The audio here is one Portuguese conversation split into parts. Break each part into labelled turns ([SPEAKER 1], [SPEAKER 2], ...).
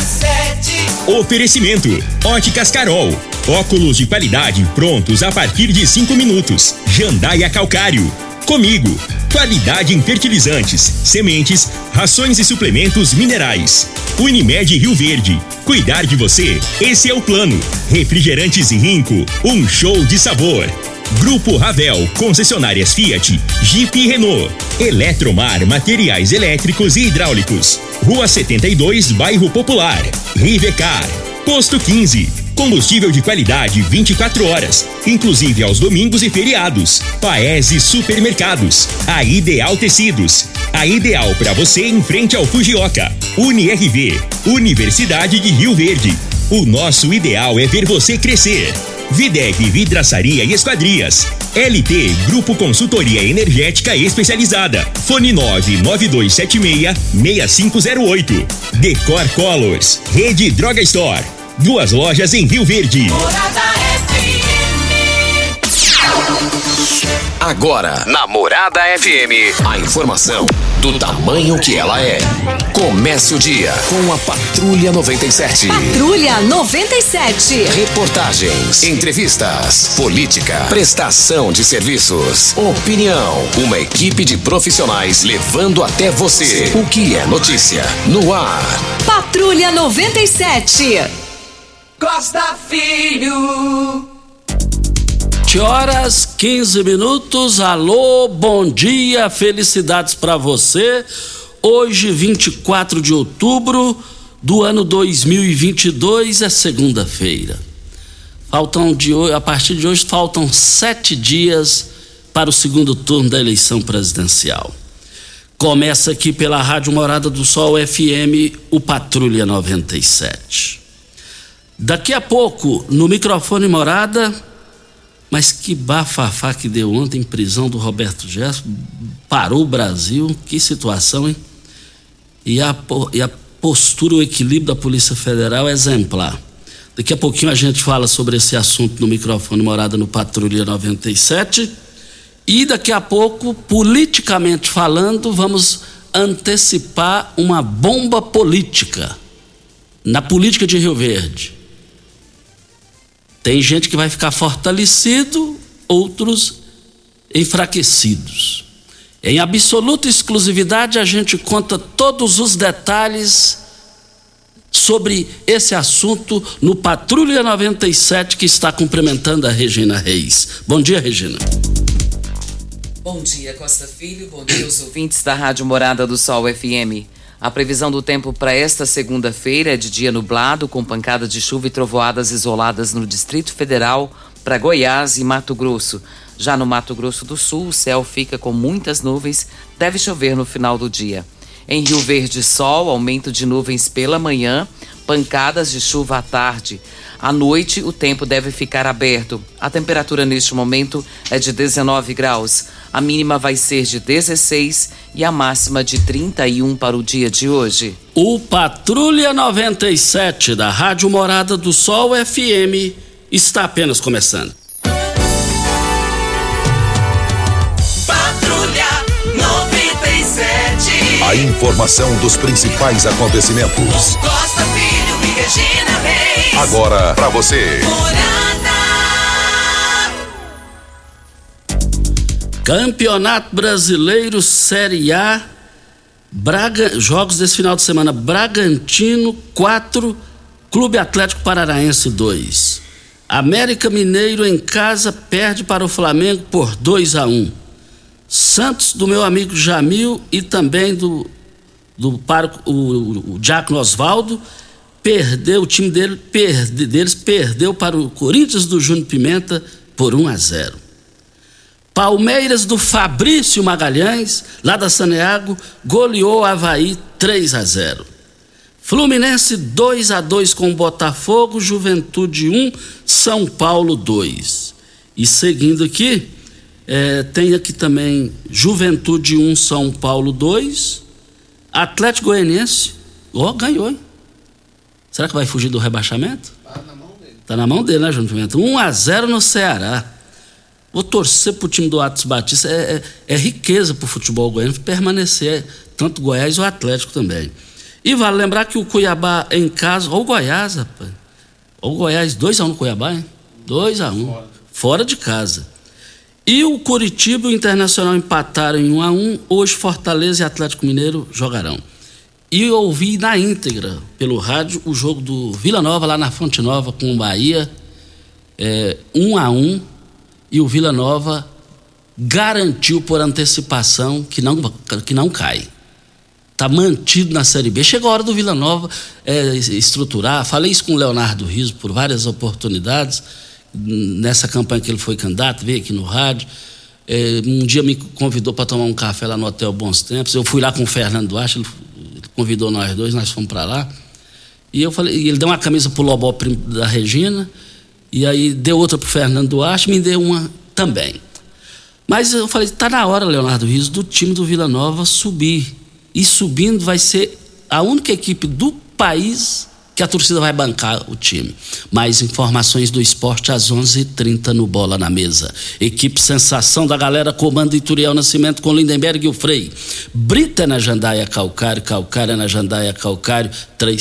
[SPEAKER 1] Oferecimento: Óticas Carol. Óculos de qualidade prontos a partir de 5 minutos. Jandaia Calcário. Comigo. Qualidade em fertilizantes, sementes, rações e suplementos minerais. Unimed Rio Verde. Cuidar de você, esse é o plano. Refrigerantes Rinco, um show de sabor. Grupo Ravel, concessionárias Fiat, Jeep e Renault. Eletromar, materiais elétricos e hidráulicos. Rua 72, Bairro Popular. Rivecar. Posto 15. Combustível de qualidade 24 horas, inclusive aos domingos e feriados. Paese Supermercados. A Ideal Tecidos. A ideal para você em frente ao Fujioka. UniRV. Universidade de Rio Verde. O nosso ideal é ver você crescer. Videg Vidraçaria e Esquadrias. LT Grupo Consultoria Energética Especializada. Fone 99276-6508. Decor Colors. Rede Droga Store. 2 lojas em Rio Verde.
[SPEAKER 2] Agora, na Morada FM, a informação do tamanho que ela é. Comece o dia com a Patrulha 97.
[SPEAKER 3] Patrulha 97.
[SPEAKER 2] Reportagens, entrevistas, política, prestação de serviços, opinião. Uma equipe de profissionais levando até você o que é notícia no ar.
[SPEAKER 3] Patrulha 97.
[SPEAKER 4] Costa Filho.
[SPEAKER 5] 7h15. Alô, bom dia, felicidades pra você. Hoje, 24 de outubro do ano 2022, é segunda-feira. A partir de hoje, faltam 7 dias para o segundo turno da eleição presidencial. Começa aqui pela Rádio Morada do Sol FM, o Patrulha 97. Daqui a pouco, no microfone Morada, mas que bafafá que deu ontem, prisão do Roberto Jefferson, parou o Brasil, que situação, hein? E a postura, o equilíbrio da Polícia Federal é exemplar. Daqui a pouquinho a gente fala sobre esse assunto no microfone Morada no Patrulha 97. E daqui a pouco, politicamente falando, vamos antecipar uma bomba política na política de Rio Verde. Tem gente que vai ficar fortalecido, outros enfraquecidos. Em absoluta exclusividade, a gente conta todos os detalhes sobre esse assunto no Patrulha 97, que está cumprimentando a Regina Reis. Bom dia, Regina.
[SPEAKER 6] Bom dia, Costa Filho. Bom dia aos ouvintes da Rádio Morada do Sol FM. A previsão do tempo para esta segunda-feira é de dia nublado, com pancada de chuva e trovoadas isoladas no Distrito Federal, para Goiás e Mato Grosso. Já no Mato Grosso do Sul, o céu fica com muitas nuvens, deve chover no final do dia. Em Rio Verde, sol, aumento de nuvens pela manhã, pancadas de chuva à tarde. À noite, o tempo deve ficar aberto. A temperatura neste momento é de 19 graus. A mínima vai ser de 16 e a máxima de 31 para o dia de hoje.
[SPEAKER 5] O Patrulha 97 da Rádio Morada do Sol FM está apenas começando.
[SPEAKER 4] Patrulha 97.
[SPEAKER 7] A informação dos principais acontecimentos.
[SPEAKER 4] Costa Filho e Regina Reis.
[SPEAKER 7] Agora pra você.
[SPEAKER 5] Campeonato Brasileiro Série A, jogos desse final de semana: Bragantino 4, Clube Atlético Paranaense 2. América Mineiro em casa perde para o Flamengo por 2-1. Santos, do meu amigo Jamil, e também o Diácono Osvaldo, o time deles perdeu para o Corinthians do Júnior Pimenta por 1-0. Palmeiras do Fabrício Magalhães, lá da Saneago, goleou o Avaí 3-0. Fluminense 2-2 com o Botafogo, Juventude 1, São Paulo 2. E seguindo aqui, tem aqui também Juventude 1, São Paulo 2, Atlético Goianiense, ganhou, hein? Será que vai fugir do rebaixamento? Tá na mão dele. Tá na mão dele, né, Júnior Pimenta? 1-0 no Ceará. Vou torcer pro time do Atos Batista. É riqueza pro futebol goiano permanecer, tanto Goiás ou Atlético também. E vale lembrar que o Cuiabá em casa, ou o Goiás, rapaz. Ou o Goiás, 2-1 no Cuiabá, hein? 2-1. Fora de casa. E o Curitiba e o Internacional empataram em 1-1. Hoje Fortaleza e Atlético Mineiro jogarão. E eu ouvi na íntegra, pelo rádio, o jogo do Vila Nova lá na Fonte Nova com o Bahia. 1-1. E o Vila Nova garantiu por antecipação que não cai. Está mantido na Série B. Chegou a hora do Vila Nova estruturar. Falei isso com o Leonardo Riso por várias oportunidades. Nessa campanha que ele foi candidato, veio aqui no rádio. Um dia me convidou para tomar um café lá no Hotel Bons Tempos. Eu fui lá com o Fernando Duarte, ele convidou nós dois, nós fomos para lá. E eu falei, ele deu uma camisa pro Lobó da Regina, e aí deu outra pro Fernando Duarte, me deu uma também. Mas eu falei, tá na hora, Leonardo Riso, do time do Vila Nova subir. E subindo vai ser a única equipe do país que a torcida vai bancar o time. Mais informações do esporte às 11h30 no Bola na Mesa. Equipe Sensação da galera, comando Ituriel Nascimento com Lindenberg e o Frei. Brita na Jandaia Calcário, Calcária na Jandaia Calcário,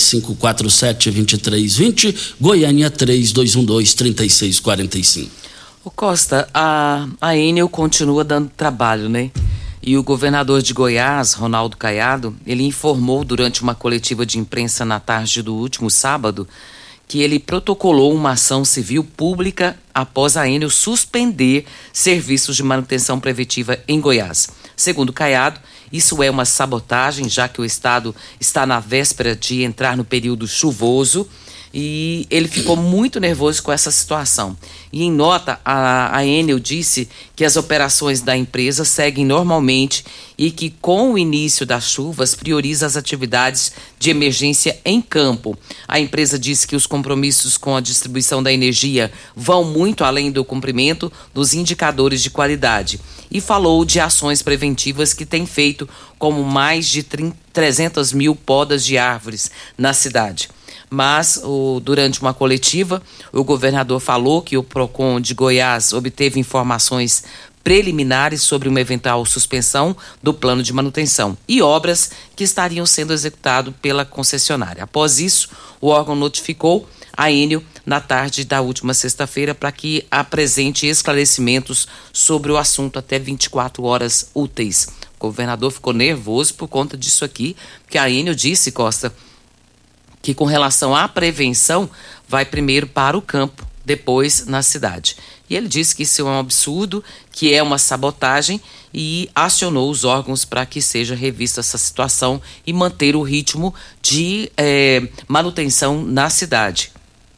[SPEAKER 5] 3547-2320, Goiânia 3212-3645.
[SPEAKER 6] O Costa, a Enel continua dando trabalho, né? E o governador de Goiás, Ronaldo Caiado, ele informou durante uma coletiva de imprensa na tarde do último sábado que ele protocolou uma ação civil pública após a Enel suspender serviços de manutenção preventiva em Goiás. Segundo Caiado, isso é uma sabotagem, já que o estado está na véspera de entrar no período chuvoso, e ele ficou muito nervoso com essa situação. E em nota, a Enel disse que as operações da empresa seguem normalmente e que com o início das chuvas prioriza as atividades de emergência em campo. A empresa disse que os compromissos com a distribuição da energia vão muito além do cumprimento dos indicadores de qualidade e falou de ações preventivas que tem feito, como mais de 300 mil podas de árvores na cidade. Mas, durante uma coletiva, o governador falou que o PROCON de Goiás obteve informações preliminares sobre uma eventual suspensão do plano de manutenção e obras que estariam sendo executadas pela concessionária. Após isso, o órgão notificou a Enel na tarde da última sexta-feira para que apresente esclarecimentos sobre o assunto até 24 horas úteis. O governador ficou nervoso por conta disso aqui, porque a Enel disse, Costa, que com relação à prevenção vai primeiro para o campo, depois na cidade. E ele disse que isso é um absurdo, que é uma sabotagem, e acionou os órgãos para que seja revista essa situação e manter o ritmo de manutenção na cidade.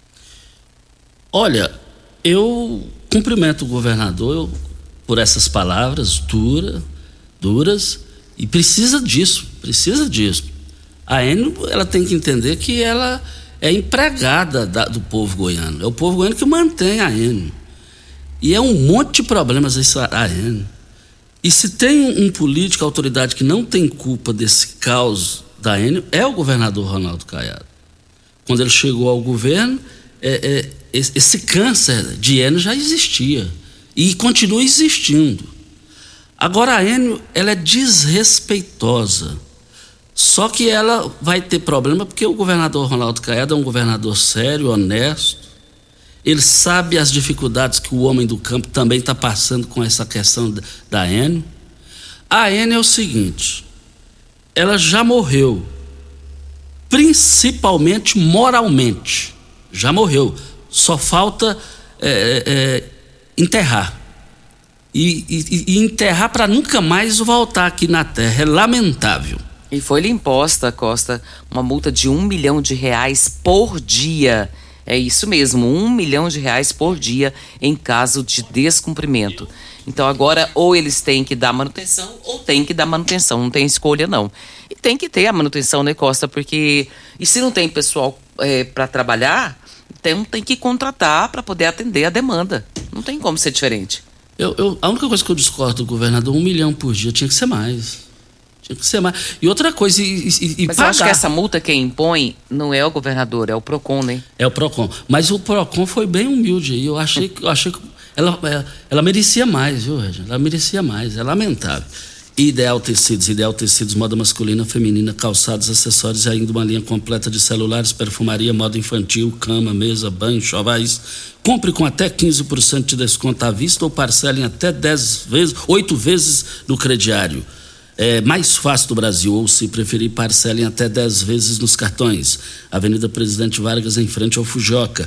[SPEAKER 6] Olha, eu cumprimento o governador por essas palavras duras, e precisa disso. A Enel, ela tem que entender que ela é empregada do povo goiano. É o povo goiano que mantém a Enel. E é um monte de problemas a Enel. E se tem um político, autoridade que não tem culpa desse caos da Enel, é o governador Ronaldo Caiado. Quando ele chegou ao governo, esse câncer de Enel já existia. E continua existindo. Agora a Enel, ela é desrespeitosa. Só que ela vai ter problema porque o governador Ronaldo Caiado é um governador sério, honesto. Ele sabe as dificuldades que o homem do campo também está passando com essa questão da Enel. A Enel é o seguinte, ela já morreu, principalmente moralmente. Já morreu. Só falta enterrar. E enterrar para nunca mais voltar aqui na terra. É lamentável. E foi-lhe imposta, Costa, uma multa de R$1 milhão por dia. É isso mesmo, R$1 milhão por dia em caso de descumprimento. Então agora ou eles têm que dar manutenção ou tem que dar manutenção, não tem escolha não. E tem que ter a manutenção, né, Costa? Porque, e se não tem pessoal para trabalhar, então tem que contratar para poder atender a demanda. Não tem como ser diferente. A única coisa que eu discordo do governador, R$1 milhão por dia, tinha que ser mais. E outra coisa, mas pagar. Eu acho que essa multa quem impõe não é o governador, é o PROCON, né? É o PROCON. Mas o PROCON foi bem humilde aí. Eu achei que ela merecia mais, viu, Regina? Ela merecia mais. É lamentável.
[SPEAKER 5] Ideal Tecidos, moda masculina, feminina, calçados, acessórios e ainda uma linha completa de celulares, perfumaria, moda infantil, cama, mesa, banho, chovais. Compre com até 15% de desconto à vista ou parcele em até 8 vezes no crediário. Mais fácil do Brasil, ou se preferir, parcelem até 10 vezes nos cartões. Avenida Presidente Vargas, em frente ao Fujoca,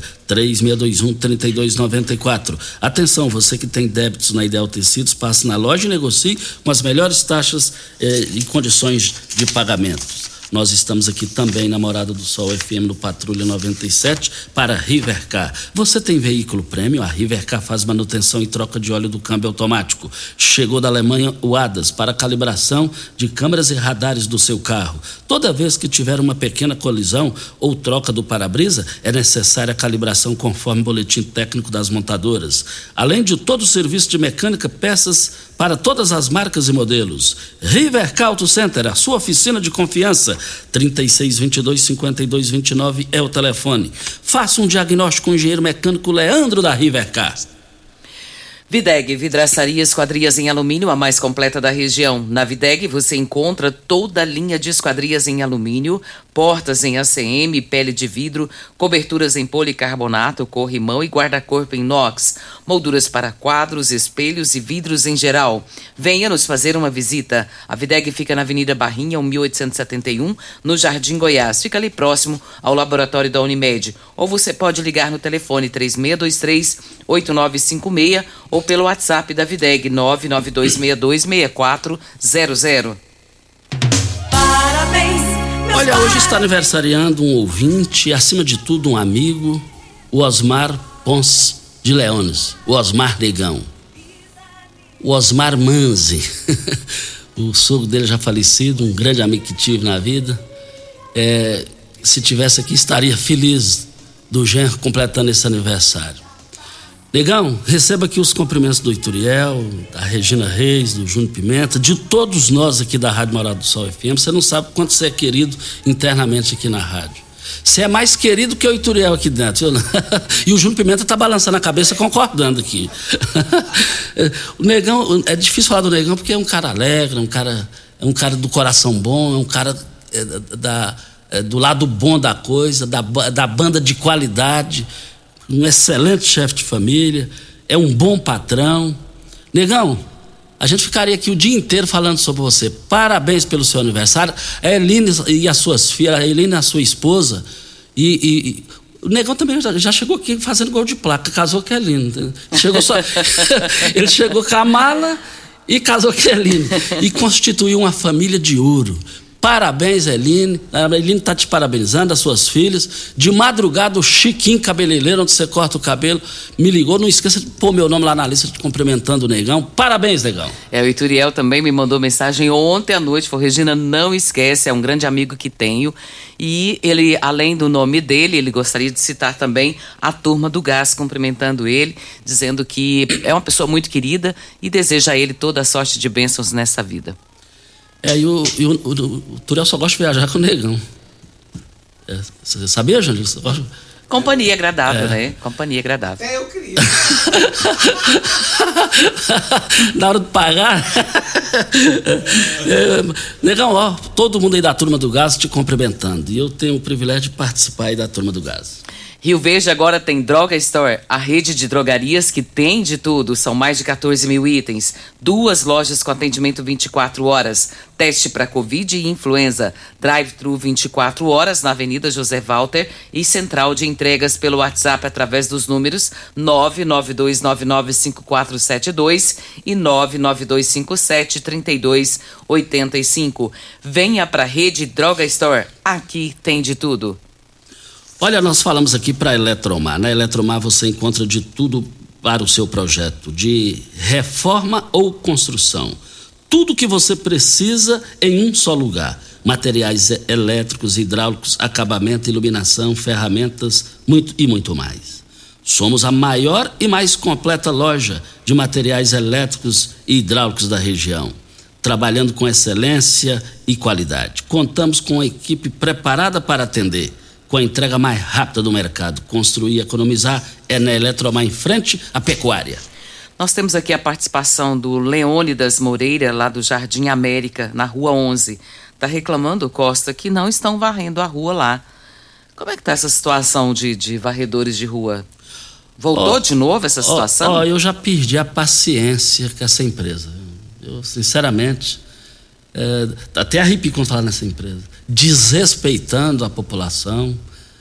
[SPEAKER 5] 3621-3294. Atenção, você que tem débitos na Ideal Tecidos, passe na loja e negocie com as melhores taxas e condições de pagamento. Nós estamos aqui também na Morada do Sol FM no Patrulha 97 para Rivercar. Você tem veículo prêmio? A Rivercar faz manutenção e troca de óleo do câmbio automático. Chegou da Alemanha o ADAS para calibração de câmeras e radares do seu carro. Toda vez que tiver uma pequena colisão ou troca do para-brisa, é necessária a calibração conforme o boletim técnico das montadoras. Além de todo o serviço de mecânica, peças para todas as marcas e modelos. Rivercar Auto Center, a sua oficina de confiança. 3622-5229 é o telefone. Faça um diagnóstico com o engenheiro mecânico Leandro da Rivercar.
[SPEAKER 6] Videg, vidraçaria esquadrias em alumínio, a mais completa da região. Na Videg você encontra toda a linha de esquadrias em alumínio, portas em ACM, pele de vidro, coberturas em policarbonato, corrimão e guarda-corpo em inox, molduras para quadros, espelhos e vidros em geral. Venha nos fazer uma visita. A Videg fica na Avenida Barrinha, 1871, no Jardim Goiás. Fica ali próximo ao laboratório da Unimed. Ou você pode ligar no telefone 3623-8956 ou pelo WhatsApp da Videg 992626400.
[SPEAKER 4] Parabéns, meus
[SPEAKER 5] Olha,
[SPEAKER 4] pais.
[SPEAKER 5] hoje está aniversariando um ouvinte, acima de tudo um amigo, o Osmar Ponce de Leones, o Osmar Negão, o Osmar Manzi, o sogro dele já falecido, um grande amigo que tive na vida. Se tivesse aqui estaria feliz do genro completando esse aniversário. Negão, receba aqui os cumprimentos do Ituriel, da Regina Reis, do Júnior Pimenta, de todos nós aqui da Rádio Morada do Sol FM. Você não sabe quanto você é querido internamente aqui na rádio. Você é mais querido que o Ituriel aqui dentro. E o Júnior Pimenta tá balançando a cabeça, concordando aqui. O Negão, é difícil falar do Negão porque é um cara alegre, é um cara do coração bom, é um cara do lado bom da coisa, da banda de qualidade, um excelente chefe de família, é um bom patrão. Negão, a gente ficaria aqui o dia inteiro falando sobre você. Parabéns pelo seu aniversário. A Eline e as suas filhas, a Eline e a sua esposa, e o Negão também já chegou aqui fazendo gol de placa, casou com a Eline. Ele chegou com a mala e casou com a Eline. E constituiu uma família de ouro. Parabéns, Eline. A Eline está te parabenizando, as suas filhas. De madrugada, o Chiquinho cabeleireiro, onde você corta o cabelo, me ligou. Não esqueça de pôr meu nome lá na lista, te cumprimentando o Negão. Parabéns, Negão.
[SPEAKER 6] O Ituriel também me mandou mensagem ontem à noite. Falou: Regina, não esquece, é um grande amigo que tenho. E ele, além do nome dele, ele gostaria de citar também a turma do gás, cumprimentando ele, dizendo que é uma pessoa muito querida e deseja a ele toda a sorte de bênçãos nessa vida.
[SPEAKER 5] E o Turel só gosta de viajar com o Negão. Você sabia, Jandir?
[SPEAKER 6] Companhia agradável, né? Companhia agradável.
[SPEAKER 8] Eu queria.
[SPEAKER 5] Na hora de pagar. Negão, ó, todo mundo aí da turma do gás te cumprimentando. E eu tenho o privilégio de participar aí da turma do gás.
[SPEAKER 6] Rio Verde agora tem Droga Store, a rede de drogarias que tem de tudo. São mais de 14 mil itens, 2 lojas com atendimento 24 horas, teste para Covid e influenza, drive-thru 24 horas na Avenida José Walter e central de entregas pelo WhatsApp através dos números 992995472 e 992573285. Venha para a rede Droga Store, aqui tem de tudo.
[SPEAKER 5] Olha, nós falamos aqui para a Eletromar. Na Eletromar você encontra de tudo para o seu projeto, de reforma ou construção. Tudo que você precisa em um só lugar. Materiais elétricos, hidráulicos, acabamento, iluminação, ferramentas, muito mais. Somos a maior e mais completa loja de materiais elétricos e hidráulicos da região, trabalhando com excelência e qualidade. Contamos com uma equipe preparada para atender, com a entrega mais rápida do mercado. Construir e economizar é na Eletromar, em frente à Pecuária.
[SPEAKER 6] Nós temos aqui a participação do Leônidas Moreira, lá do Jardim América, na Rua 11. Está reclamando, Costa, que não estão varrendo a rua lá. Como é que está essa situação de varredores de rua? Voltou de novo essa situação?
[SPEAKER 5] Eu já perdi a paciência com essa empresa. Eu, sinceramente, até arrepio quando falar nessa empresa. Desrespeitando a população.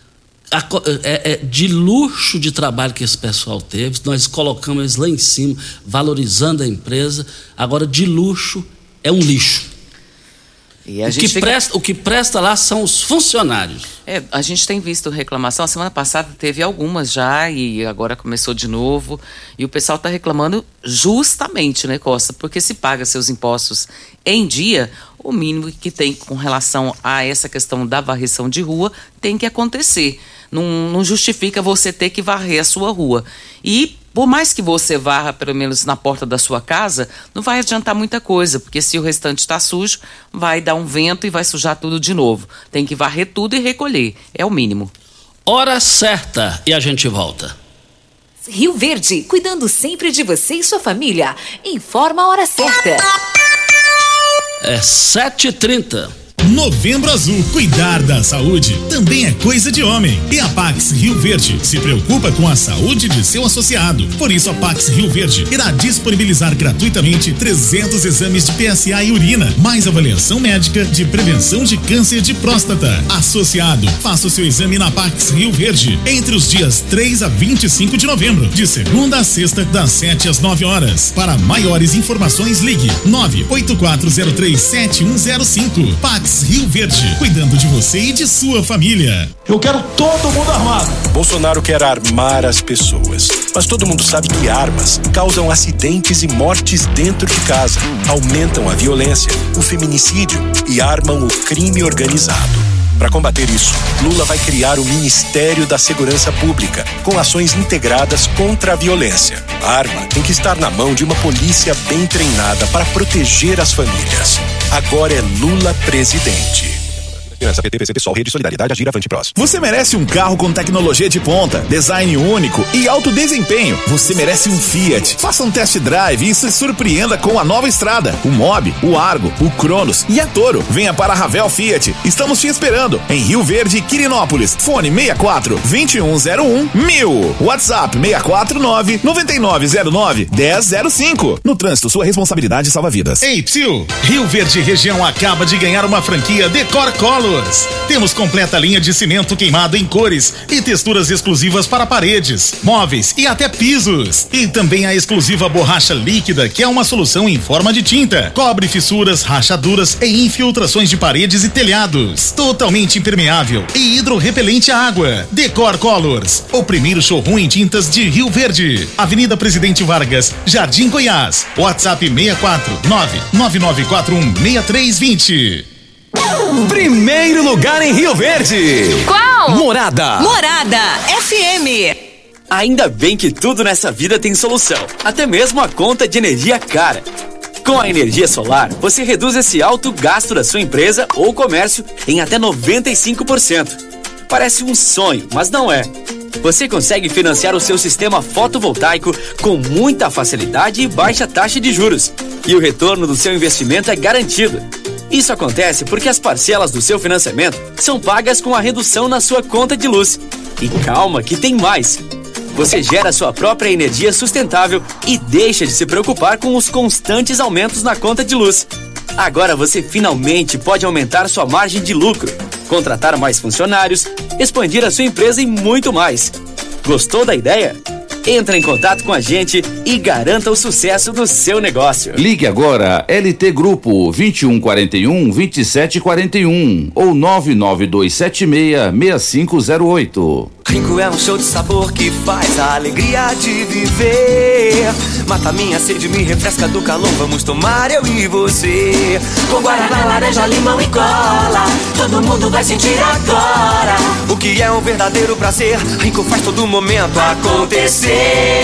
[SPEAKER 5] De luxo de trabalho que esse pessoal teve, nós colocamos eles lá em cima, valorizando a empresa. Agora, de luxo, é um lixo. E o que presta lá são os funcionários.
[SPEAKER 6] A gente tem visto reclamação. A semana passada teve algumas já e agora começou de novo. E o pessoal está reclamando justamente, né, Costa? Porque se paga seus impostos em dia, o mínimo que tem com relação a essa questão da varrição de rua tem que acontecer. Não justifica você ter que varrer a sua rua. E por mais que você varra, pelo menos na porta da sua casa, não vai adiantar muita coisa, porque se o restante está sujo, vai dar um vento e vai sujar tudo de novo. Tem que varrer tudo e recolher, é o mínimo.
[SPEAKER 5] Hora certa e a gente volta.
[SPEAKER 3] Rio Verde, cuidando sempre de você e sua família. Informa a hora certa.
[SPEAKER 5] É 7h30.
[SPEAKER 8] Novembro Azul, cuidar da saúde também é coisa de homem. E a Pax Rio Verde se preocupa com a saúde de seu associado. Por isso a Pax Rio Verde irá disponibilizar gratuitamente 300 exames de PSA e urina, mais avaliação médica de prevenção de câncer de próstata. Associado, faça o seu exame na Pax Rio Verde entre os dias 3 a 25 de novembro, de segunda a sexta, das 7 às 9 horas. Para maiores informações, ligue 984037105. Pax Rio Verde, cuidando de você e de sua família.
[SPEAKER 9] Eu quero todo mundo armado. Bolsonaro quer armar as pessoas, mas todo mundo sabe que armas causam acidentes e mortes dentro de casa, aumentam a violência, o feminicídio e armam o crime organizado. Para combater isso, Lula vai criar o Ministério da Segurança Pública, com ações integradas contra a violência. A arma tem que estar na mão de uma polícia bem treinada para proteger as famílias. Agora é Lula presidente. PT, PCB, Sol, Rede Solidariedade, Agir, Avante, Prós.
[SPEAKER 10] Você merece um carro com tecnologia de ponta, design único e alto desempenho. Você merece um Fiat. Faça um test drive e se surpreenda com a nova Estrada, o Mobi, o Argo, o Cronos e a Toro. Venha para a Ravel Fiat. Estamos te esperando em Rio Verde e Quirinópolis. Fone 64-2101-1000. WhatsApp 649-9909-1005. No trânsito, sua responsabilidade salva vidas.
[SPEAKER 8] Ei, psiu! Rio Verde Região acaba de ganhar uma franquia Decor Color. Temos completa linha de cimento queimado em cores e texturas exclusivas para paredes, móveis e até pisos. E também a exclusiva borracha líquida, que é uma solução em forma de tinta. Cobre fissuras, rachaduras e infiltrações de paredes e telhados. Totalmente impermeável e hidrorrepelente à água. Decor Colors, o primeiro showroom em tintas de Rio Verde. Avenida Presidente Vargas, Jardim Goiás. WhatsApp 649-9941-6320.
[SPEAKER 11] Primeiro lugar em Rio Verde.
[SPEAKER 3] Qual?
[SPEAKER 11] Morada
[SPEAKER 3] FM.
[SPEAKER 11] Ainda bem que tudo nessa vida tem solução, até mesmo a conta de energia cara. Com a energia solar, você reduz esse alto gasto da sua empresa ou comércio em até 95%. Parece um sonho, mas não é. Você consegue financiar o seu sistema fotovoltaico com muita facilidade e baixa taxa de juros. E o retorno do seu investimento é garantido. Isso acontece porque as parcelas do seu financiamento são pagas com a redução na sua conta de luz. E calma que tem mais. Você gera sua própria energia sustentável e deixa de se preocupar com os constantes aumentos na conta de luz. Agora você finalmente pode aumentar sua margem de lucro, contratar mais funcionários, expandir a sua empresa e muito mais. Gostou da ideia? Entre em contato com a gente e garanta o sucesso do seu negócio.
[SPEAKER 12] Ligue agora LT Grupo 2141-2741 ou 99276-6508.
[SPEAKER 13] Rico é um show de sabor que faz a alegria de viver. Mata minha sede, me refresca do calor. Vamos tomar eu e você. Com guaraná, laranja, limão e cola. Todo mundo vai sentir agora o que é um verdadeiro prazer. Rico faz todo momento acontecer.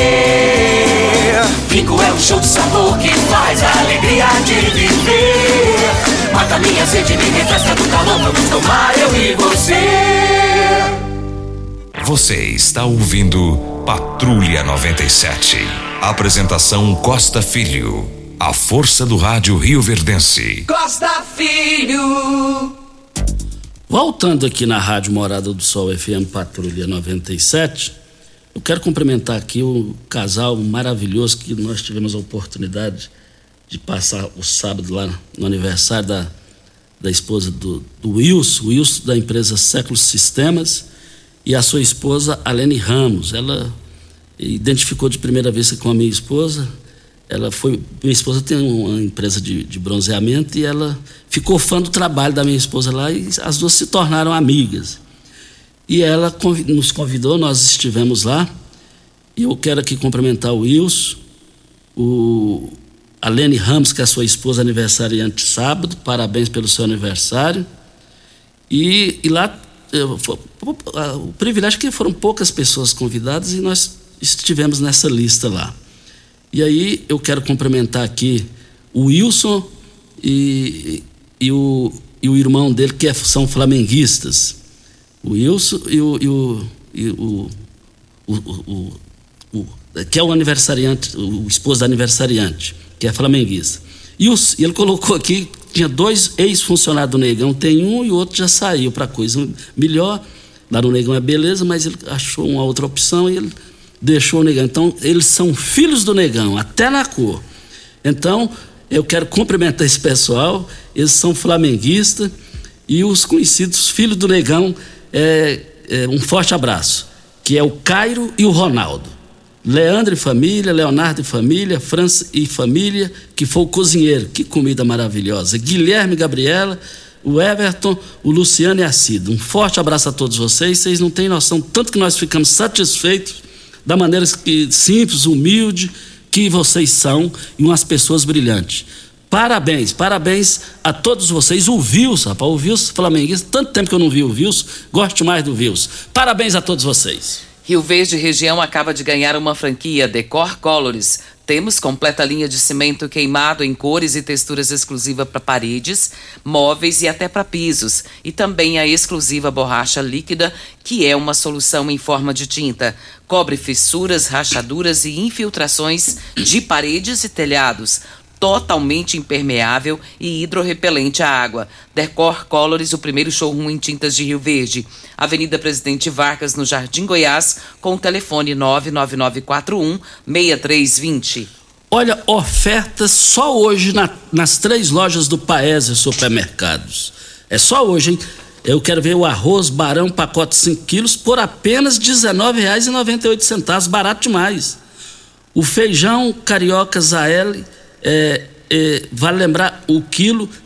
[SPEAKER 13] Rico é um show de sabor que faz a alegria de viver. Mata minha sede, me refresca do calor. Vamos tomar eu e você.
[SPEAKER 2] Você está ouvindo Patrulha 97.
[SPEAKER 7] Apresentação Costa Filho. A força do rádio rioverdense.
[SPEAKER 4] Costa Filho.
[SPEAKER 5] Voltando aqui na Rádio Morada do Sol FM Patrulha 97, eu quero cumprimentar aqui o casal maravilhoso que nós tivemos a oportunidade de passar o sábado lá no aniversário da esposa do Wilson da empresa Séculos Sistemas, e a sua esposa Alene Ramos. Ela identificou de primeira vez com a minha esposa. Minha esposa tem uma empresa de bronzeamento e ela ficou fã do trabalho da minha esposa lá e as duas se tornaram amigas. E ela nos convidou, nós estivemos lá, e eu quero aqui cumprimentar o Wilson, a Lene Ramos, que é a sua esposa, aniversariante sábado, parabéns pelo seu aniversário. E lá, o privilégio é que foram poucas pessoas convidadas e nós estivemos nessa lista lá. E aí eu quero cumprimentar aqui o Wilson e o irmão dele, que são flamenguistas. O Wilson que é o aniversariante, o esposo da aniversariante, que é flamenguista. E ele colocou aqui, tinha 2 ex-funcionários do Negão, tem um e o outro já saiu para coisa melhor. Lá no Negão é beleza, mas ele achou uma outra opção e ele deixou o Negão. Então, eles são filhos do Negão, até na cor. Então, eu quero cumprimentar esse pessoal, eles são flamenguistas, e os conhecidos filhos do Negão, um forte abraço, que é o Cairo e o Ronaldo. Leandro e família, Leonardo e família, França e família, que foi o cozinheiro, que comida maravilhosa. Guilherme e Gabriela, o Everton, o Luciano e a Cida. Um forte abraço a todos vocês não têm noção, tanto que nós ficamos satisfeitos da maneira simples, humilde que vocês são, e umas pessoas brilhantes. Parabéns a todos vocês. O Wilson, rapaz, o Wilson flamenguista, tanto tempo que eu não vi o Wilson, gosto mais do Wilson. Parabéns a todos vocês.
[SPEAKER 6] Rio Verde Região acaba de ganhar uma franquia Decor Colors. Temos completa linha de cimento queimado em cores e texturas exclusivas para paredes, móveis e até para pisos. E também a exclusiva borracha líquida, que é uma solução em forma de tinta. Cobre fissuras, rachaduras e infiltrações de paredes e telhados. Totalmente impermeável e hidrorrepelente à água. Decor Colors, o primeiro showroom em tintas de Rio Verde. Avenida Presidente Vargas, no Jardim Goiás, com o telefone 99941-6320.
[SPEAKER 5] Olha, ofertas só hoje nas 3 lojas do Paese Supermercados. É só hoje, hein? Eu quero ver o arroz Barão, pacote 5 quilos, por apenas R$ 19,98, barato demais. O feijão Carioca Zael, vale lembrar, o quilo R$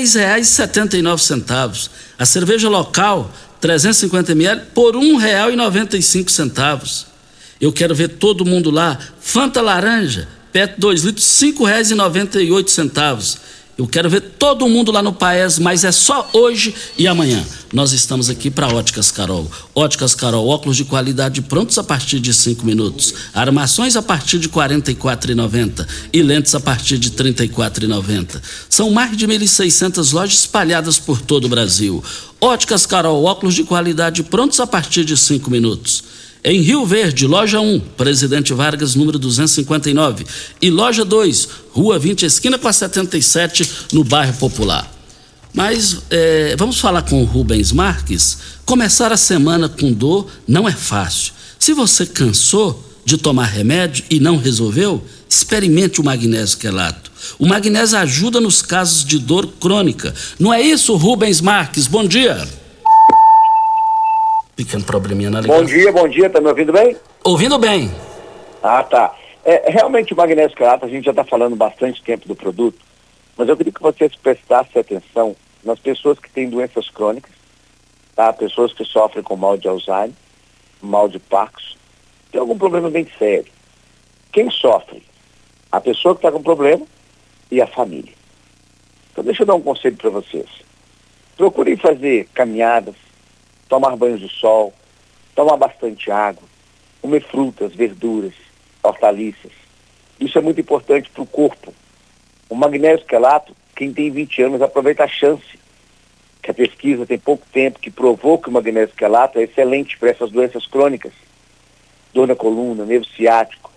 [SPEAKER 5] 6,79. A cerveja local 350 ml por R$ 1,95. Eu quero ver todo mundo lá. Fanta laranja, PET 2 litros, R$ 5,98. Eu quero ver todo mundo lá no Paes, mas é só hoje e amanhã. Nós estamos aqui para Óticas Carol. Óticas Carol, óculos de qualidade prontos a partir de 5 minutos. Armações a partir de R$ 44,90 e lentes a partir de R$ 34,90. São mais de 1.600 lojas espalhadas por todo o Brasil. Óticas Carol, óculos de qualidade prontos a partir de 5 minutos. Em Rio Verde, loja 1, Presidente Vargas, número 259. E loja 2, Rua 20, esquina com a 77, no bairro Popular. Mas vamos falar com o Rubens Marques. Começar a semana com dor não é fácil. Se você cansou de tomar remédio e não resolveu, experimente o magnésio quelato. O magnésio ajuda nos casos de dor crônica. Não é isso, Rubens Marques? Bom dia. Pequeno probleminha na ligação.
[SPEAKER 14] Bom dia, tá me ouvindo bem?
[SPEAKER 5] Ouvindo bem.
[SPEAKER 14] Ah, tá. Realmente o magnésio quelato, a gente já está falando bastante tempo do produto, mas eu queria que vocês prestassem atenção nas pessoas que têm doenças crônicas, tá? Pessoas que sofrem com mal de Alzheimer, mal de Parkinson, tem algum problema bem sério. Quem sofre? A pessoa que está com problema e a família. Então deixa eu dar um conselho para vocês. Procurem fazer caminhadas, tomar banho de sol, tomar bastante água, comer frutas, verduras, hortaliças. Isso é muito importante para o corpo. O magnésio quelato, quem tem 20 anos aproveita a chance, que a pesquisa tem pouco tempo que provou que o magnésio quelato é excelente para essas doenças crônicas. Dor na coluna, nervo ciático,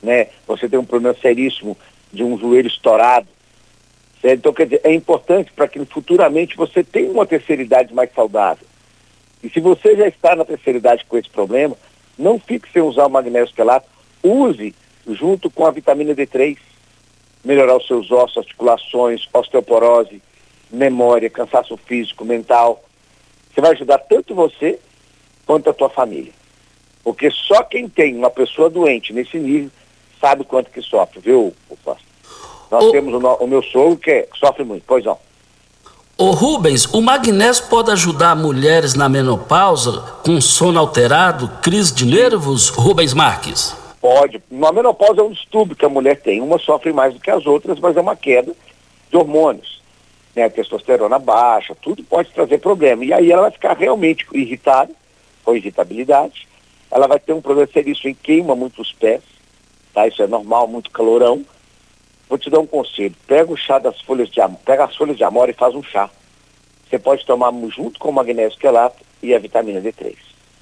[SPEAKER 14] né? Você tem um problema seríssimo de um joelho estourado, certo? Então, quer dizer, é importante para que futuramente você tenha uma terceira idade mais saudável. E se você já está na terceira idade com esse problema, não fique sem usar o magnésio quelato, use junto com a vitamina D3, melhorar os seus ossos, articulações, osteoporose, memória, cansaço físico, mental. Você vai ajudar tanto você quanto a tua família. Porque só quem tem uma pessoa doente nesse nível sabe o quanto que sofre, viu, Costa? Nós temos o meu sogro que sofre muito, pois não.
[SPEAKER 5] Ô Rubens, o magnésio pode ajudar mulheres na menopausa com sono alterado, crise de nervos, Rubens Marques?
[SPEAKER 14] Pode. Na menopausa é um distúrbio que a mulher tem. Uma sofre mais do que as outras, mas é uma queda de hormônios. Né? A testosterona baixa, tudo pode trazer problema. E aí ela vai ficar realmente irritada, com irritabilidade. Ela vai ter um problema seríssimo em queima muito os pés, tá? Isso é normal, muito calorão. Vou te dar um conselho. Pega o chá das folhas de amora, pega as folhas de amora e faz um chá. Você pode tomar junto com o magnésio quelato e a vitamina D3.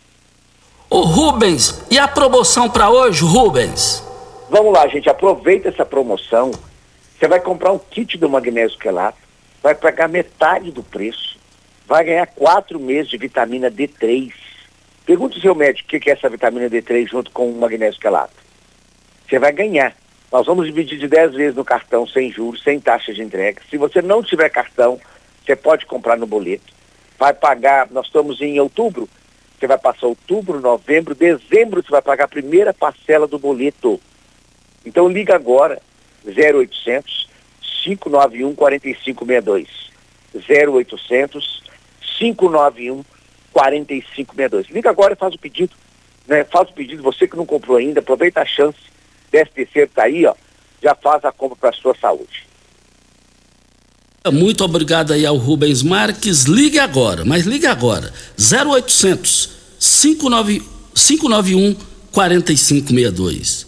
[SPEAKER 5] Ô Rubens, e a promoção para hoje, Rubens?
[SPEAKER 14] Vamos lá, gente, aproveita essa promoção. Você vai comprar um kit do magnésio quelato, vai pagar metade do preço, vai ganhar 4 meses de vitamina D3. Pergunte ao seu médico o que é essa vitamina D3 junto com o magnésio quelato. Você vai ganhar. Nós vamos dividir de 10 vezes no cartão, sem juros, sem taxa de entrega. Se você não tiver cartão, você pode comprar no boleto. Vai pagar, nós estamos em outubro, você vai passar outubro, novembro, dezembro, você vai pagar a primeira parcela do boleto. Então liga agora, 0800 591 4562. 0800 591 4562. Liga agora e faz o pedido. Né? Faz o pedido, você que não comprou ainda, aproveita a chance. 13º está aí, ó, já faz a compra para a sua saúde.
[SPEAKER 5] Muito obrigado aí ao Rubens Marques. Ligue agora, mas ligue agora. 0800 591 4562.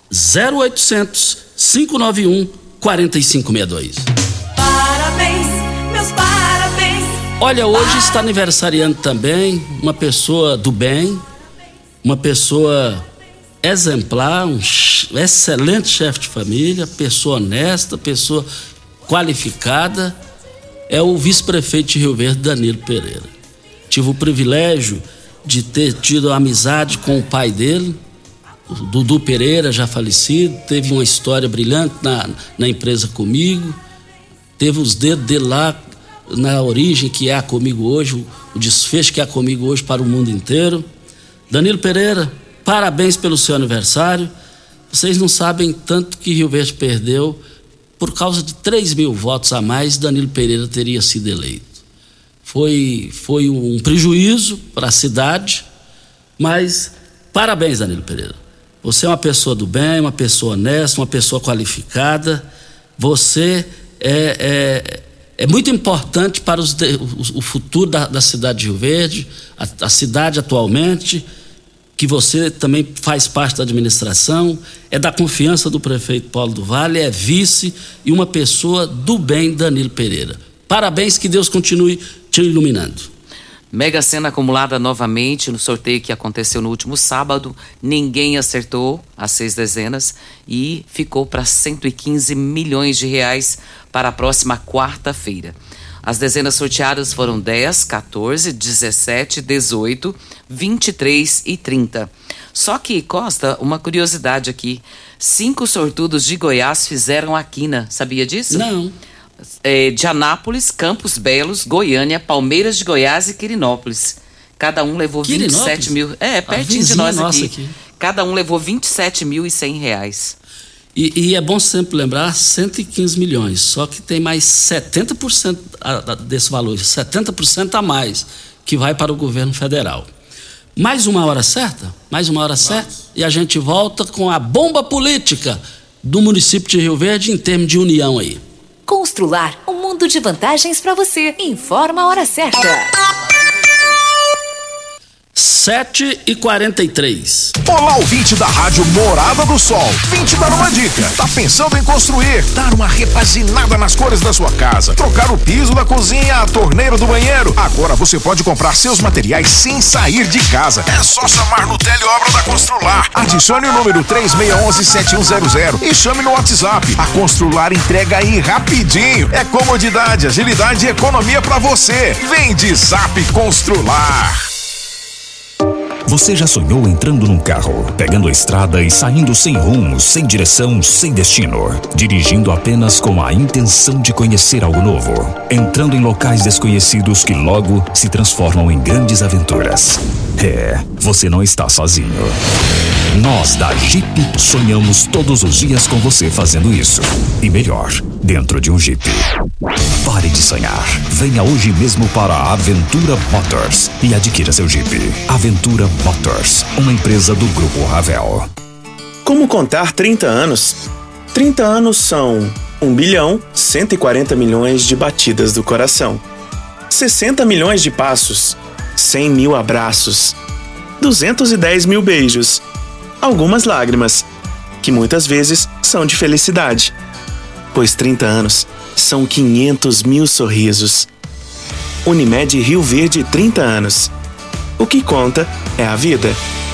[SPEAKER 5] 0800 591 4562.
[SPEAKER 4] Parabéns, meus parabéns.
[SPEAKER 5] Olha, hoje está aniversariando também uma pessoa do bem, uma pessoa exemplar, um excelente chefe de família, pessoa honesta, pessoa qualificada, é o vice-prefeito de Rio Verde, Danilo Pereira. Tive o privilégio de ter tido amizade com o pai dele, o Dudu Pereira, já falecido, teve uma história brilhante na empresa comigo, teve os dedos dele lá na origem que é comigo hoje, o desfecho que é comigo hoje para o mundo inteiro. Danilo Pereira, parabéns pelo seu aniversário. Vocês não sabem tanto que Rio Verde perdeu. Por causa de 3.000 votos a mais, Danilo Pereira teria sido eleito. Foi um prejuízo para a cidade, mas parabéns, Danilo Pereira. Você é uma pessoa do bem, uma pessoa honesta, uma pessoa qualificada. Você é muito importante para o futuro da cidade de Rio Verde, a cidade atualmente, que você também faz parte da administração, é da confiança do prefeito Paulo do Vale, é vice e uma pessoa do bem, Danilo Pereira. Parabéns, que Deus continue te iluminando.
[SPEAKER 6] Mega Sena acumulada novamente no sorteio que aconteceu no último sábado. Ninguém acertou as 6 dezenas e ficou para 115 milhões de reais para a próxima quarta-feira. As dezenas sorteadas foram 10, 14, 17, 18, 23 e 30. Só que, Costa, uma curiosidade aqui. 5 sortudos de Goiás fizeram a quina. Sabia disso?
[SPEAKER 5] Não.
[SPEAKER 6] De Anápolis, Campos Belos, Goiânia, Palmeiras de Goiás e Quirinópolis. Cada um levou 27 mil. Pertinho de nós aqui. Cada um levou 27.100 reais.
[SPEAKER 5] E é bom sempre lembrar, 115 milhões, só que tem mais 70% desse valor, 70% a mais, que vai para o governo federal. Mais uma hora certa? E a gente volta com a bomba política do município de Rio Verde em termos de união aí.
[SPEAKER 3] Constrular um mundo de vantagens para você. Informa a hora certa.
[SPEAKER 5] 7h43.
[SPEAKER 15] Olá, ouvinte da Rádio Morada do Sol. Vim te dar uma dica. Tá pensando em construir, dar uma repaginada nas cores da sua casa, trocar o piso da cozinha, a torneira do banheiro? Agora você pode comprar seus materiais sem sair de casa. É só chamar no Teleobra da Constrular. Adicione o número 3611-7100 e chame no WhatsApp. A Constrular entrega aí rapidinho. É comodidade, agilidade e economia pra você. Vem de Zap Constrular.
[SPEAKER 16] Você já sonhou entrando num carro, pegando a estrada e saindo sem rumo, sem direção, sem destino, dirigindo apenas com a intenção de conhecer algo novo, entrando em locais desconhecidos que logo se transformam em grandes aventuras? Você não está sozinho. Nós da Jeep sonhamos todos os dias com você fazendo isso. E melhor, dentro de um Jeep. Pare de sonhar. Venha hoje mesmo para a Aventura Motors e adquira seu Jeep. Aventura Motors, uma empresa do Grupo Ravel.
[SPEAKER 17] Como contar 30 anos? 30 anos são 1.140 milhões de batidas do coração, 60 milhões de passos, 100 mil abraços, 210 mil beijos, algumas lágrimas, que muitas vezes são de felicidade, pois 30 anos são 500 mil sorrisos. Unimed Rio Verde, 30 anos. O que conta é a vida.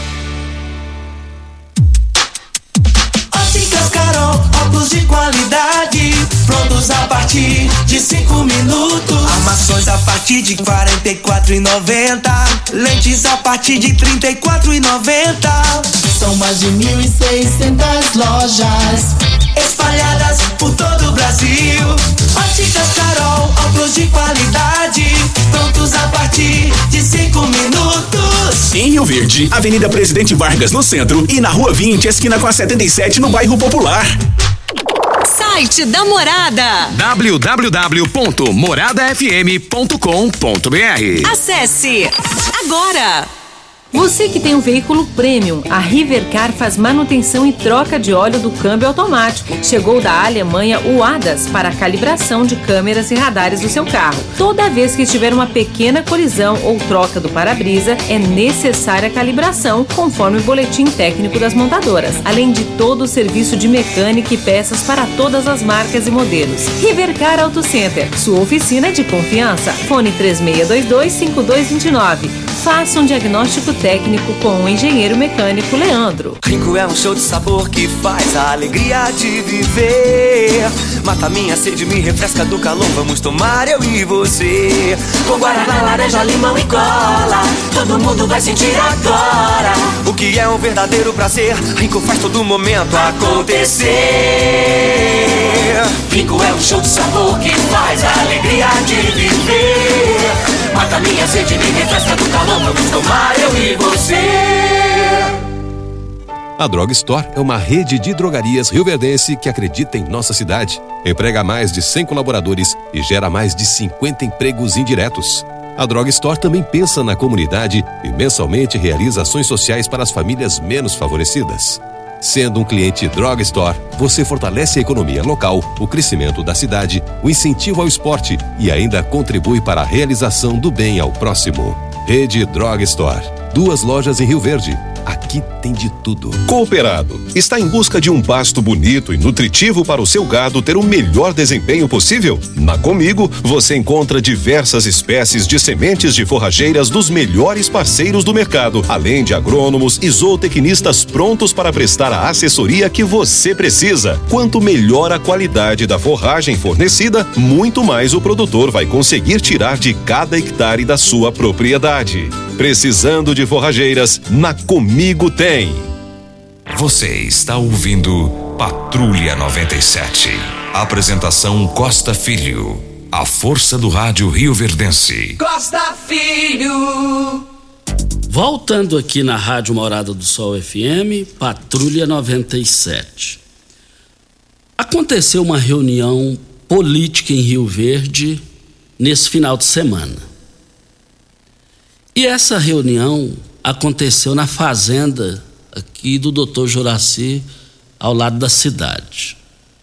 [SPEAKER 13] Óticas Carol, óculos de qualidade, prontos a partir de 5 minutos. Armações a partir de R$ 44,90. Lentes a partir de R$ 34,90. São mais de 1.600 lojas espalhadas por todo o Brasil. Óticas Carol, óculos de qualidade, prontos a partir de 5 minutos.
[SPEAKER 10] Em Rio Verde, Avenida Presidente Vargas no centro e na Rua 20, esquina com a 77 no bairro Popular.
[SPEAKER 18] Site da Morada:
[SPEAKER 2] www.moradafm.com.br.
[SPEAKER 18] Acesse agora.
[SPEAKER 19] Você que tem um veículo premium, a Rivercar faz manutenção e troca de óleo do câmbio automático. Chegou da Alemanha o ADAS para a calibração de câmeras e radares do seu carro. Toda vez que tiver uma pequena colisão ou troca do para-brisa, é necessária a calibração, conforme o boletim técnico das montadoras, além de todo o serviço de mecânica e peças para todas as marcas e modelos. Rivercar Auto Center, sua oficina de confiança. Fone 3622-5229. Faça um diagnóstico técnico com o engenheiro mecânico Leandro.
[SPEAKER 13] Rinco é um show de sabor que faz a alegria de viver. Mata minha sede, me refresca do calor. Vamos tomar eu e você. Com guaraná, laranja, limão e cola. Todo mundo vai sentir agora o que é um verdadeiro prazer. Rinco faz todo momento acontecer. Rinco é um show de sabor que faz a alegria de viver. Mata minha sede, me refresca do calor. Vamos tomar eu e você.
[SPEAKER 20] A Drog Store é uma rede de drogarias rioverdense que acredita em nossa cidade, emprega mais de 100 colaboradores e gera mais de 50 empregos indiretos. A Drog Store também pensa na comunidade e mensalmente realiza ações sociais para as famílias menos favorecidas. Sendo um cliente Drog Store, você fortalece a economia local, o crescimento da cidade, o incentivo ao esporte e ainda contribui para a realização do bem ao próximo. Rede Drog Store. 2 lojas em Rio Verde. Aqui tem de tudo.
[SPEAKER 21] Cooperado está em busca de um pasto bonito e nutritivo para o seu gado ter o melhor desempenho possível? Na Comigo, você encontra diversas espécies de sementes de forrageiras dos melhores parceiros do mercado, além de agrônomos e zootecnistas prontos para prestar a assessoria que você precisa. Quanto melhor a qualidade da forragem fornecida, muito mais o produtor vai conseguir tirar de cada hectare da sua propriedade. Precisando de forrageiras, na Comigo tem.
[SPEAKER 7] Você está ouvindo Patrulha 97. Apresentação Costa Filho. A força do rádio rioverdense.
[SPEAKER 13] Costa Filho.
[SPEAKER 5] Voltando aqui na Rádio Morada do Sol FM, Patrulha 97. Aconteceu uma reunião política em Rio Verde nesse final de semana. E essa reunião aconteceu na fazenda aqui do Dr. Juraci, ao lado da cidade.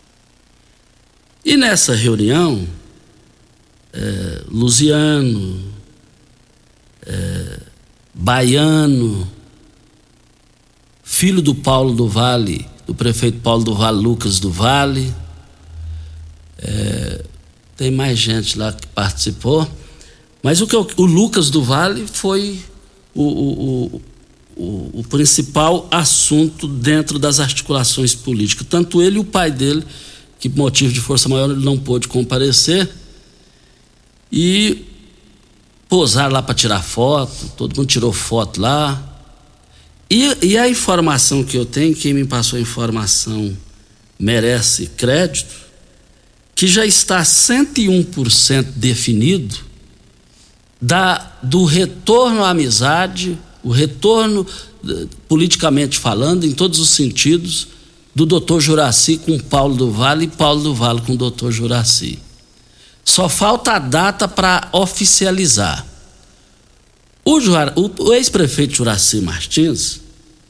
[SPEAKER 5] E nessa reunião, Luziano, baiano, filho do Paulo do Vale, do prefeito Paulo do Vale, Lucas do Vale. Tem mais gente lá que participou, mas o Lucas do Vale foi o principal assunto dentro das articulações políticas. Tanto ele e o pai dele, que por motivo de força maior ele não pôde comparecer, e posaram lá para tirar foto, todo mundo tirou foto lá. E a informação que eu tenho, quem me passou a informação merece crédito, que já está 101% definido do retorno à amizade, o retorno, politicamente falando, em todos os sentidos, do doutor Juracy com Paulo do Vale e Paulo do Vale com o doutor Juracy. Só falta a data para oficializar. O ex-prefeito Juracy Martins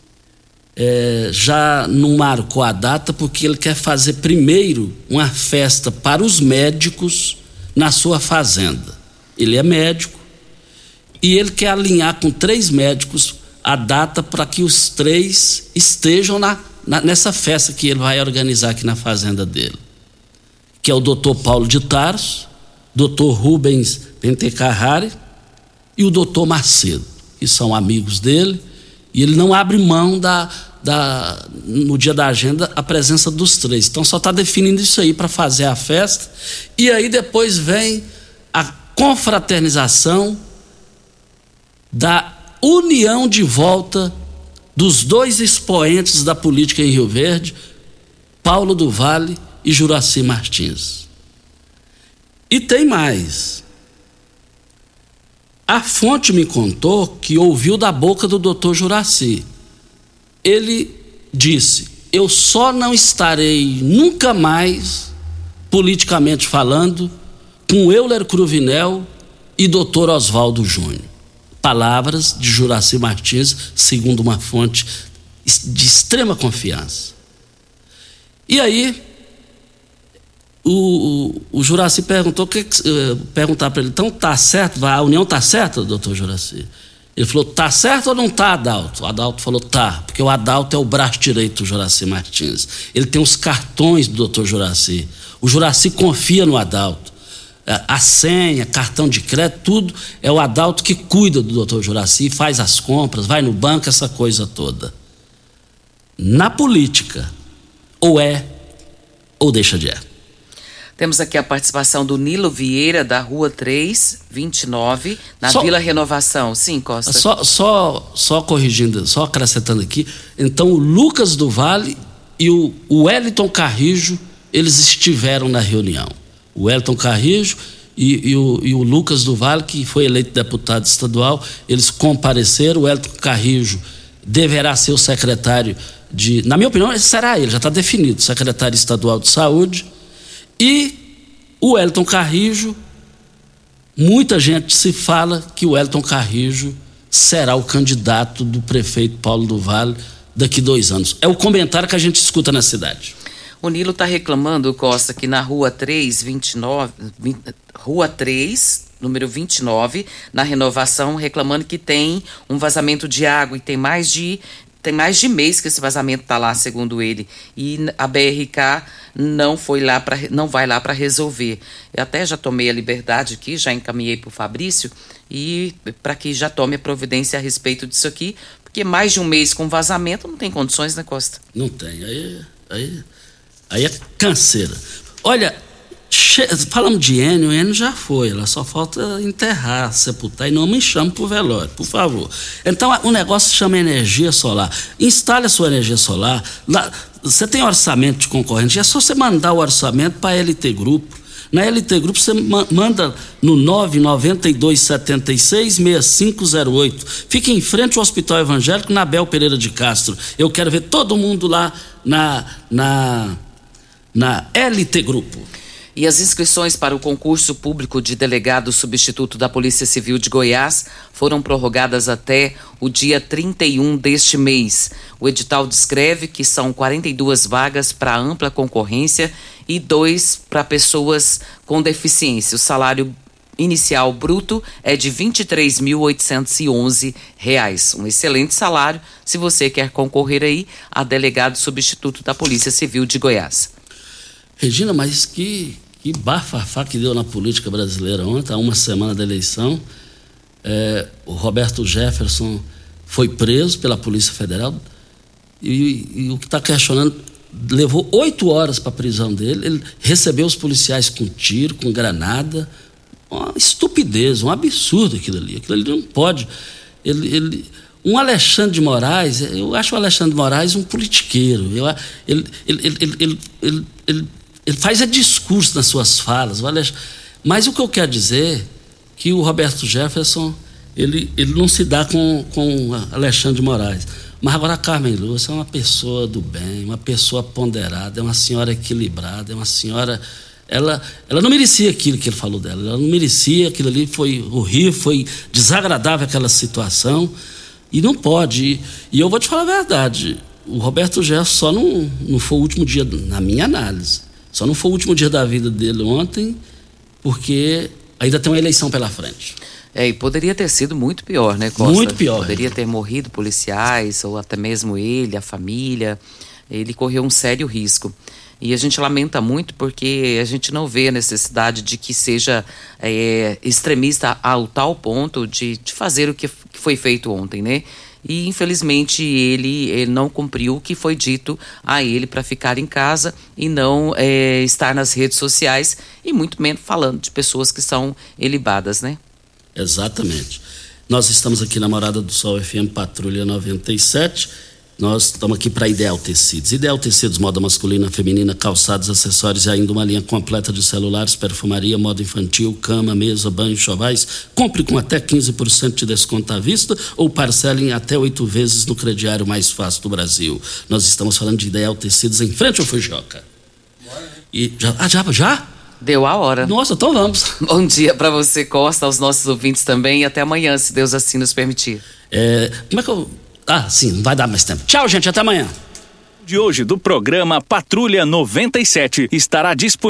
[SPEAKER 5] já não marcou a data porque ele quer fazer primeiro uma festa para os médicos na sua fazenda. Ele é médico e ele quer alinhar com 3 médicos a data para que os 3 estejam nessa festa que ele vai organizar aqui na fazenda dele, que é o doutor Paulo de Tarso, doutor Rubens Pentecarrari e o doutor Macedo, que são amigos dele, e ele não abre mão no dia da agenda a presença dos 3. Então só está definindo isso aí para fazer a festa, e aí depois vem a confraternização da união de volta dos 2 expoentes da política em Rio Verde, Paulo do Vale e Juracy Martins. E tem mais. A fonte me contou que ouviu da boca do doutor Juracy. Ele disse: eu só não estarei nunca mais, politicamente falando, com Euler Cruvinel e doutor Oswaldo Júnior. Palavras de Juracy Martins, segundo uma fonte de extrema confiança. E aí, o Juracy perguntar para ele: então tá certo, a união tá certa, doutor Juracy? Ele falou: tá certo ou não tá, Adalto? O Adalto falou: tá, porque o Adalto é o braço direito do Juracy Martins. Ele tem os cartões do doutor Juracy. O Juracy confia no Adalto. A senha, cartão de crédito, tudo é o Adalto que cuida do doutor Juracy, faz as compras, vai no banco, essa coisa toda. Na política, ou é ou deixa de é.
[SPEAKER 6] Temos aqui a participação do Nilo Vieira, da Rua 3, 29, na Vila Renovação. Sim, Costa.
[SPEAKER 5] Só corrigindo, só acrescentando aqui. Então, o Lucas do Vale e o Wellington Carrijo, eles estiveram na reunião. O Wellington Carrijo e o Lucas do Vale, que foi eleito deputado estadual, eles compareceram. O Wellington Carrijo deverá ser o secretário na minha opinião, será ele, já está definido, secretário estadual de saúde. E o Wellington Carrijo, muita gente se fala que o Wellington Carrijo será o candidato do prefeito Paulo do Vale daqui 2 anos. É o comentário que a gente escuta na cidade.
[SPEAKER 6] O Nilo está reclamando, Costa, que na Rua 3, número 29, na Renovação, reclamando que tem um vazamento de água e tem mais de mês que esse vazamento está lá, segundo ele, e a BRK não vai lá para resolver. Eu até já tomei a liberdade aqui, já encaminhei para o Fabrício, e para que já tome a providência a respeito disso aqui, porque mais de um mês com vazamento não tem condições, né, Costa?
[SPEAKER 5] Não tem, aí é canseira. Olha, falamos de Enio já foi, ela só falta enterrar, sepultar, e não me chame pro velório, por favor. Então o negócio se chama energia solar. Instale a sua energia solar. Lá, você tem orçamento de concorrente, é só você mandar o orçamento para a LT Grupo. Na LT Grupo você manda no 992766508. Fica em frente ao Hospital Evangélico, na Abel Pereira de Castro. Eu quero ver todo mundo lá na LT Grupo.
[SPEAKER 6] E as inscrições para o concurso público de delegado substituto da Polícia Civil de Goiás foram prorrogadas até o dia 31 deste mês. O edital descreve que são 42 vagas para ampla concorrência e 2 para pessoas com deficiência. O salário inicial bruto é de R$ 23.811. Um excelente salário se você quer concorrer aí a delegado substituto da Polícia Civil de Goiás.
[SPEAKER 5] Regina, mas que bafafá que deu na política brasileira ontem, há uma semana da eleição. O Roberto Jefferson foi preso pela Polícia Federal e o que está questionando, levou 8 horas para a prisão dele. Ele recebeu os policiais com tiro, com granada. Uma estupidez, um absurdo aquilo ali não pode. Um Alexandre de Moraes, eu acho o Alexandre de Moraes um politiqueiro. Ele faz discurso nas suas falas. Mas o que eu quero dizer é que o Roberto Jefferson ele não se dá com Alexandre de Moraes. Mas agora a Carmen Lúcia é uma pessoa do bem, uma pessoa ponderada, é uma senhora equilibrada, é uma senhora... Ela não merecia aquilo que ele falou dela, ela não merecia, aquilo ali foi horrível, foi desagradável aquela situação, e não pode. E eu vou te falar a verdade, o Roberto Jefferson só não foi o último dia, na minha análise, só não foi o último dia da vida dele ontem, porque ainda tem uma eleição pela frente.
[SPEAKER 6] E poderia ter sido muito pior, né, Costa?
[SPEAKER 5] Muito pior.
[SPEAKER 6] Poderia ter morrido policiais, ou até mesmo ele, a família. Ele correu um sério risco. E a gente lamenta muito porque a gente não vê a necessidade de que seja extremista ao tal ponto de fazer o que foi feito ontem, né? E infelizmente ele não cumpriu o que foi dito a ele para ficar em casa e não estar nas redes sociais, e muito menos falando de pessoas que são ilibadas, né?
[SPEAKER 5] Exatamente. Nós estamos aqui na Morada do Sol FM Patrulha 97. Nós estamos aqui para Ideal Tecidos. Ideal Tecidos, moda masculina, feminina, calçados, acessórios e ainda uma linha completa de celulares, perfumaria, moda infantil, cama, mesa, banho, enxovais. Compre com até 15% de desconto à vista ou parcele em até 8 vezes no crediário mais fácil do Brasil. Nós estamos falando de Ideal Tecidos em frente ao Fujoca. E já?
[SPEAKER 6] Deu a hora.
[SPEAKER 5] Nossa, então vamos.
[SPEAKER 6] Bom dia para você, Costa, aos nossos ouvintes também, e até amanhã, se Deus assim nos permitir.
[SPEAKER 5] Como é que eu... sim, não vai dar mais tempo. Tchau, gente, até amanhã.
[SPEAKER 1] De hoje do programa Patrulha 97 estará disponível